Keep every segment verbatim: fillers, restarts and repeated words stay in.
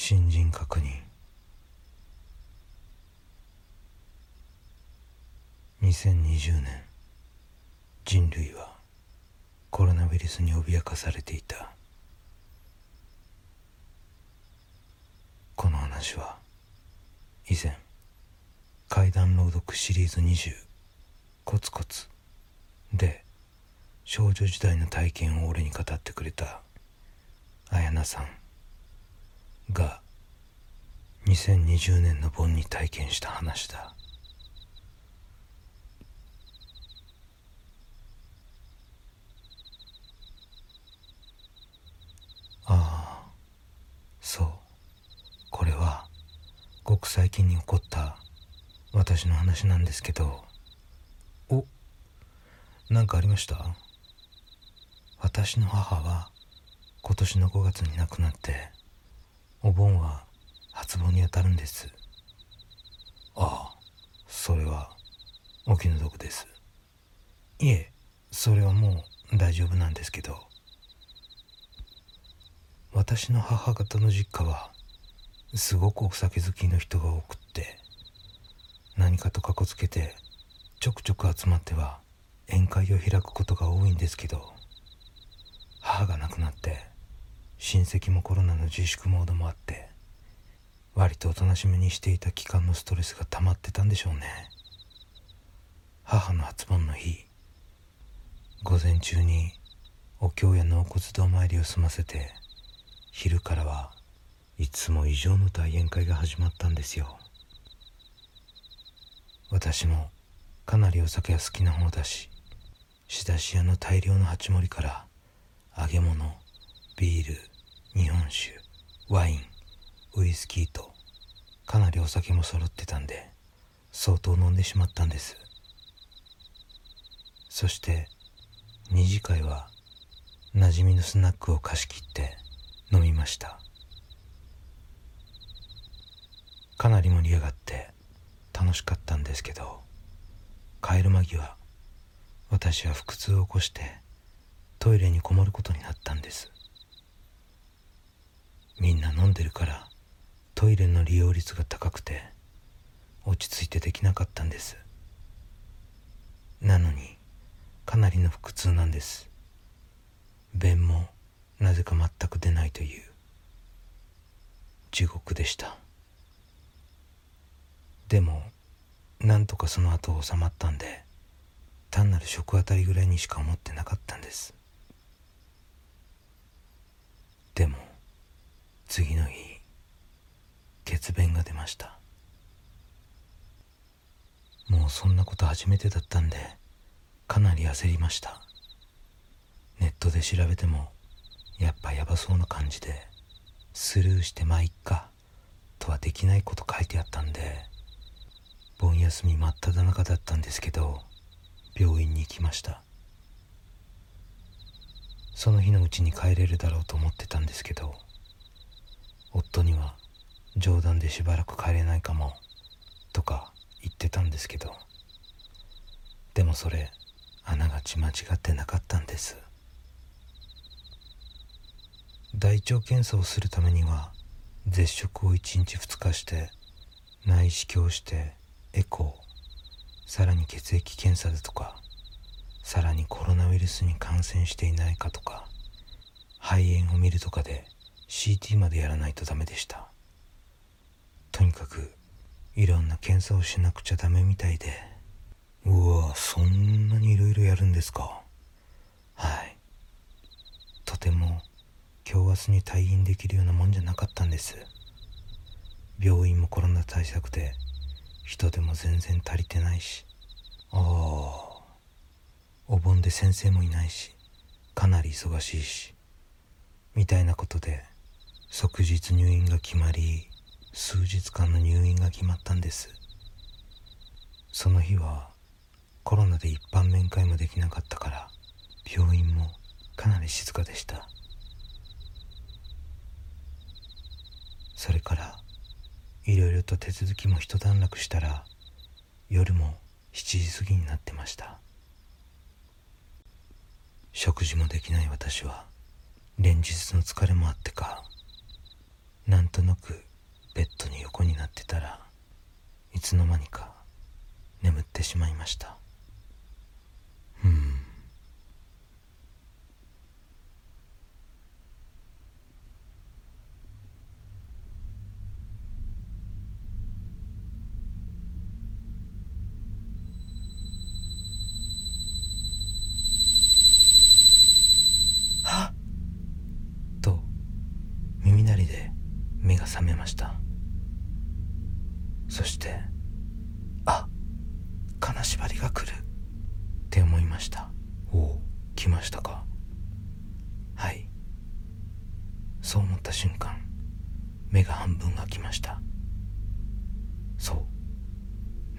新人確認。にせんにじゅうねん、人類はコロナウイルスに脅かされていた。この話は以前怪談朗読シリーズにじゅうコツコツで少女時代の体験を俺に語ってくれた綾菜さんがにせんにじゅうねんの盆に体験した話だ。ああ、そう、これはごく最近に起こった私の話なんですけど、お、なんかありました？私の母は今年のごがつに亡くなって、お盆は初盆にあたるんです。ああ、それはお気の毒です。いえ、それはもう大丈夫なんですけど、私の母方の実家はすごくお酒好きの人が多くって、何かとかこつけてちょくちょく集まっては宴会を開くことが多いんですけど、母が亡くなって親戚もコロナの自粛モードもあって、割とおとなしめにしていた期間のストレスが溜まってたんでしょうね。母の初盆の日、午前中にお経や納骨堂参りを済ませて、昼からはいつも以上の大宴会が始まったんですよ。私もかなりお酒は好きな方だし、仕出し屋の大量の鉢盛りから揚げ物、ビール、日本酒、ワイン、ウイスキーとかなりお酒も揃ってたんで、相当飲んでしまったんです。そして二次会は馴染みのスナックを貸し切って飲みました。かなり盛り上がって楽しかったんですけど、帰る間際、私は腹痛を起こしてトイレにこもることになったんです。みんな飲んでるからトイレの利用率が高くて落ち着いてできなかったんです。なのにかなりの腹痛なんです。便もなぜか全く出ないという地獄でした。でもなんとかその後収まったんで、単なる食あたりぐらいにしか思ってなかったんです。でも次の日、血便が出ました。もうそんなこと初めてだったんで、かなり焦りました。ネットで調べてもやっぱやばそうな感じで、スルーしてまあいっかとはできないこと書いてあったんで、盆休み真っ只中だったんですけど、病院に行きました。その日のうちに帰れるだろうと思ってたんですけど、夫には冗談でしばらく帰れないかもとか言ってたんですけど、でもそれあながち間違ってなかったんです。大腸検査をするためには絶食をいちにちふつかして内視鏡してエコー、さらに血液検査だとか、さらにコロナウイルスに感染していないかとか、肺炎を見るとかで シーティー までやらないとダメでした。とにかくいろんな検査をしなくちゃダメみたいで、うわ、そんなにいろいろやるんですか。はい、とても今日明日に退院できるようなもんじゃなかったんです。病院もコロナ対策で人手も全然足りてないし、ああ、お盆で先生もいないし、かなり忙しいし、みたいなことで即日入院が決まり、数日間の入院が決まったんです。その日はコロナで一般面会もできなかったから、病院もかなり静かでした。それからいろいろと手続きも一段落したら、夜もしちじ過ぎになってました。食事もできない私は連日の疲れもあってか、 なんとなくベッドに横になってたらいつの間にか眠ってしまいました。うーんはっと耳鳴りで目が覚めました。そしてあ、金縛りが来るって思いました。おお、来ましたか。はい、そう思った瞬間目が半分開きました。そう、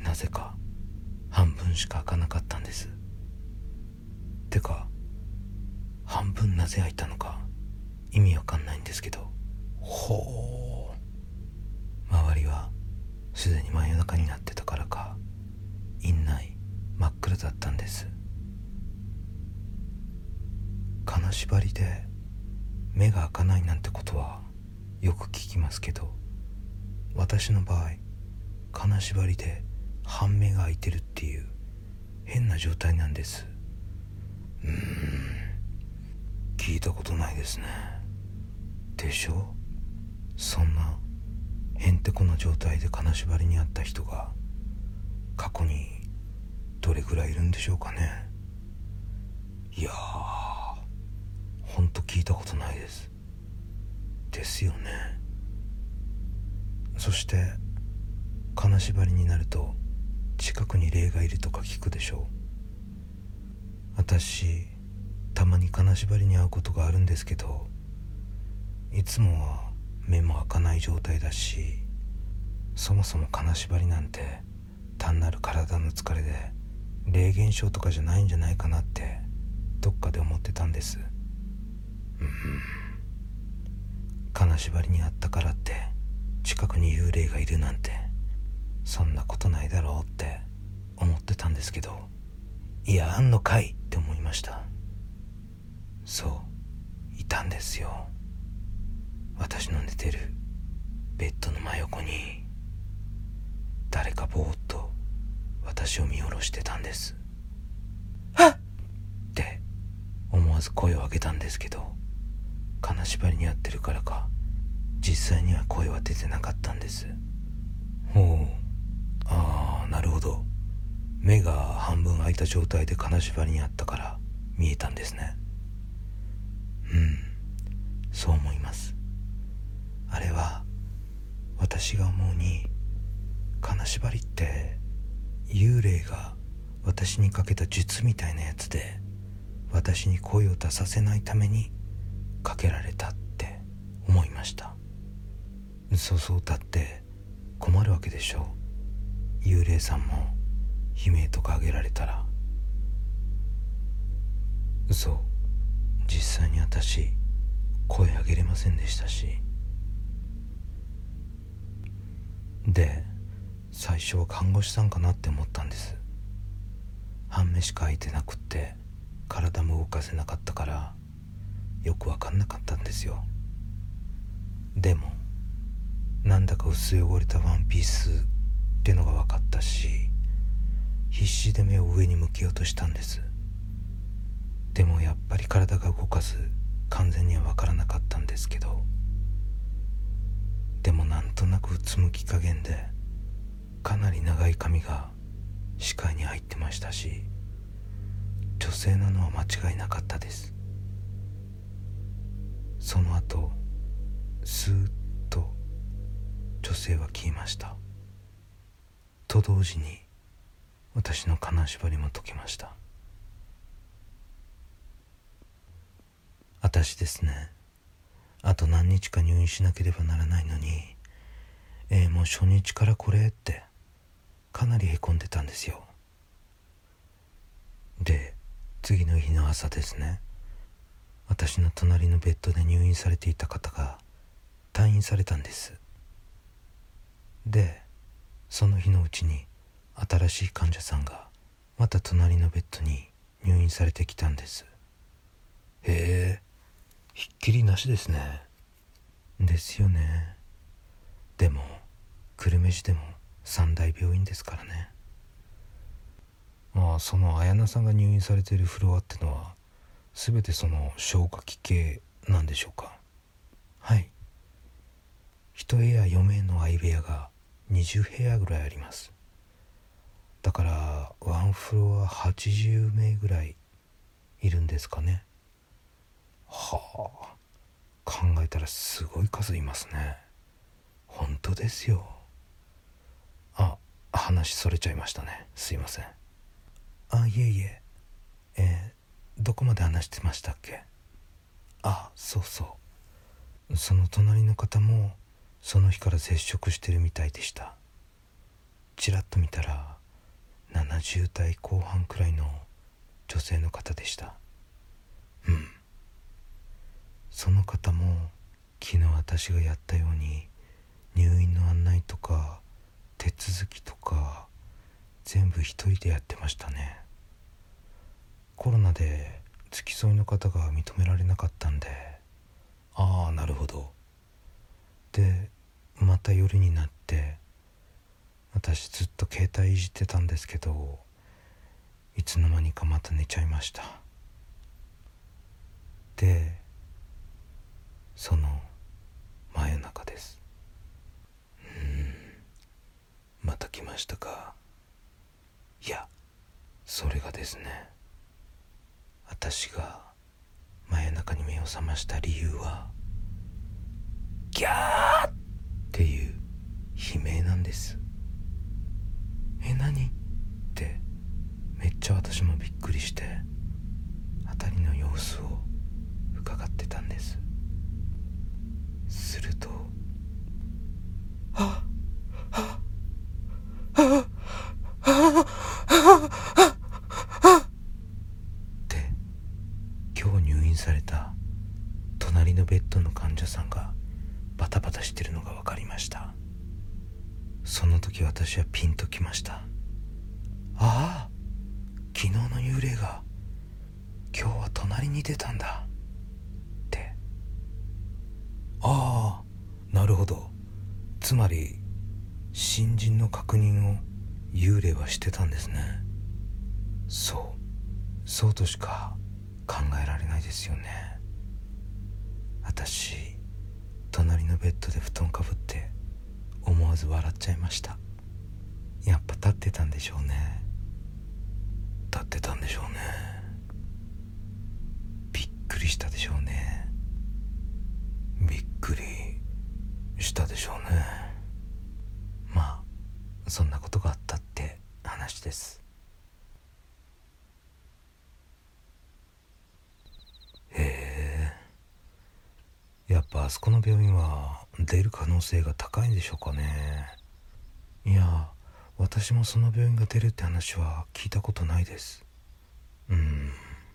なぜか半分しか開かなかったんです。てか半分なぜ開いたのか意味わかんないんですけど、ほう、周りはすでに真夜中になってたからか院内真っ暗だったんです。金縛りで目が開かないなんてことはよく聞きますけど、私の場合金縛りで半目が開いてるっていう変な状態なんです。うーん聞いたことないですね。でしょ。そんなへんてこな状態で金縛りにあった人が過去にどれぐらいいるんでしょうかね。いやー、ほんと聞いたことないです。ですよね。そして金縛りになると近くに霊がいるとか聞くでしょう。私たまに金縛りに遭うことがあるんですけど、いつもは目も開かない状態だし、そもそも金縛りなんて単なる体の疲れで霊現象とかじゃないんじゃないかなってどっかで思ってたんです。うん、金縛りにあったからって近くに幽霊がいるなんてそんなことないだろうって思ってたんですけど、いや、あんのかいって思いました。そう、いたんですよ。私の寝てるベッドの真横に誰かぼーっと私を見下ろしてたんです。はっって思わず声を上げたんですけど、金縛りにあってるからか実際には声は出てなかったんです。ほう、ああ、なるほど。目が半分開いた状態で金縛りにあったから見えたんですね。うん、そう思います。あれは私が思うに金縛りって幽霊が私にかけた術みたいなやつで、私に声を出させないためにかけられたって思いました。そうそう、だって困るわけでしょ。幽霊さんも悲鳴とかあげられたら。そう、実際に私声あげれませんでしたし。で、最初は看護師さんかなって思ったんです。半目しか開いてなくって体も動かせなかったからよく分かんなかったんですよ。でもなんだか薄汚れたワンピースってのが分かったし、必死で目を上に向けようとしたんです。でもやっぱり体が動かず完全には分からなかったんですけど、でもなんとなくうつむき加減でかなり長い髪が視界に入ってましたし、女性なのは間違いなかったです。その後スーッと女性は消えました。と同時に私の金縛りも解けました。私ですね、あと何日か入院しなければならないのに、えー、もう初日からこれってかなりへこんでたんですよ。で、次の日の朝ですね、私の隣のベッドで入院されていた方が退院されたんです。で、その日のうちに新しい患者さんがまた隣のベッドに入院されてきたんです。へえ、ひっきりなしですね。ですよね。 でも久留米市でも三大病院ですからね。まあその綾菜さんが入院されているフロアってのは全てその消化器系なんでしょうか？はい、一部屋よ名の相部屋がにじゅう部屋ぐらいあります。だからワンフロアはちじゅう名ぐらいいるんですかね。はあ、考えたらすごい数いますね。本当ですよ。あ、話それちゃいましたね。すいません。あ、いえいえ。えー、どこまで話してましたっけ？あ、そうそう。その隣の方もその日から絶食してるみたいでした。ちらっと見たらななじゅう代後半くらいの女性の方でした。うん。その方も昨日私がやったように入院の案内とか手続きとか全部一人でやってましたね。コロナで付き添いの方が認められなかったんで。ああ、なるほど。でまた夜になって私ずっと携帯いじってたんですけど、いつの間にかまた寝ちゃいました。でその真夜中です。うーん、また来ましたか。いや、それがですね、私が真夜中に目を覚ました理由はギャーっていう悲鳴なんです。え、何ってめっちゃ私もびっくりして辺りの様子を伺ってたんです。すると、はっはっはっはっはっって今日入院された隣のベッドの患者さんがバタバタしてるのが分かりました。その時私はピンときました。ああ、昨日の幽霊が今日は隣に出たんだって。ああ、なるほど。つまり新人の確認を幽霊はしてたんですね。そうそうとしか考えられないですよね。私隣のベッドで布団かぶって思わず笑っちゃいました。やっぱ立ってたんでしょうね。立ってたんでしょうね。びっくりしたでしょうね。びっくりしたでしょうね。まあそんなことがあったって話です。へえ、やっぱあそこの病院は出る可能性が高いんでしょうかね。いや、私もその病院が出るって話は聞いたことないです。うん。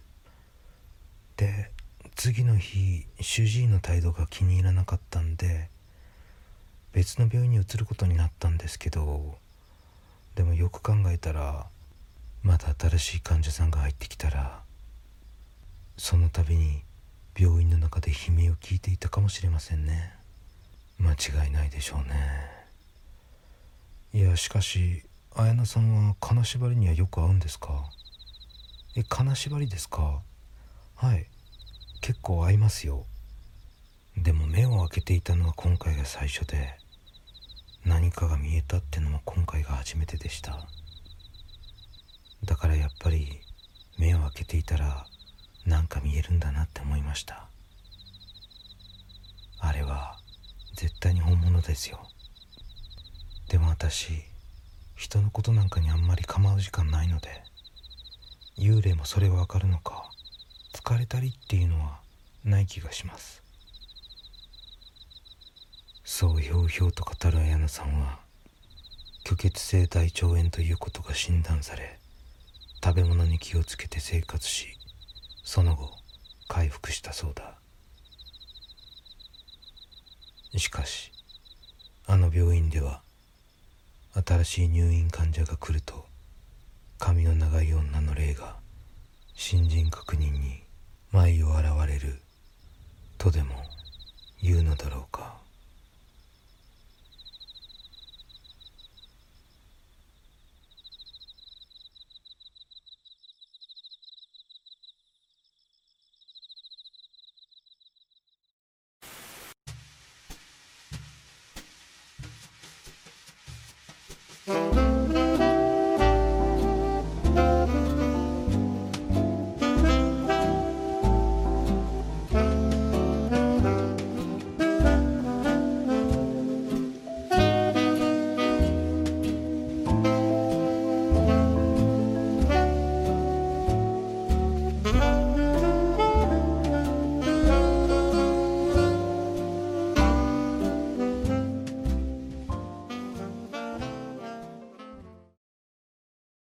で次の日主治医の態度が気に入らなかったんで別の病院に移ることになったんですけど、でもよく考えたらまた新しい患者さんが入ってきたらその度に病院の中で悲鳴を聞いていたかもしれませんね。間違いないでしょうね。いや、しかし綾菜さんは金縛りにはよく合うんですか？え、金縛りですか？はい、結構合いますよ。でも目を開けていたのは今回が最初で、何かが見えたってのも今回が初めてでした。だからやっぱり目を開けていたらなんか見えるんだなって思いました。あれは絶対に本物ですよ。でも私人のことなんかにあんまり構う時間ないので、幽霊もそれはわかるのか疲れたりっていうのはない気がします。そうひょうひょうと語る綾菜さんは虚血性大腸炎ということが診断され、食べ物に気をつけて生活し、その後回復したそうだ。しかしあの病院では新しい入院患者が来ると髪の長い女の霊が新人確認に舞を現れるとでも言うのだろうか。 う。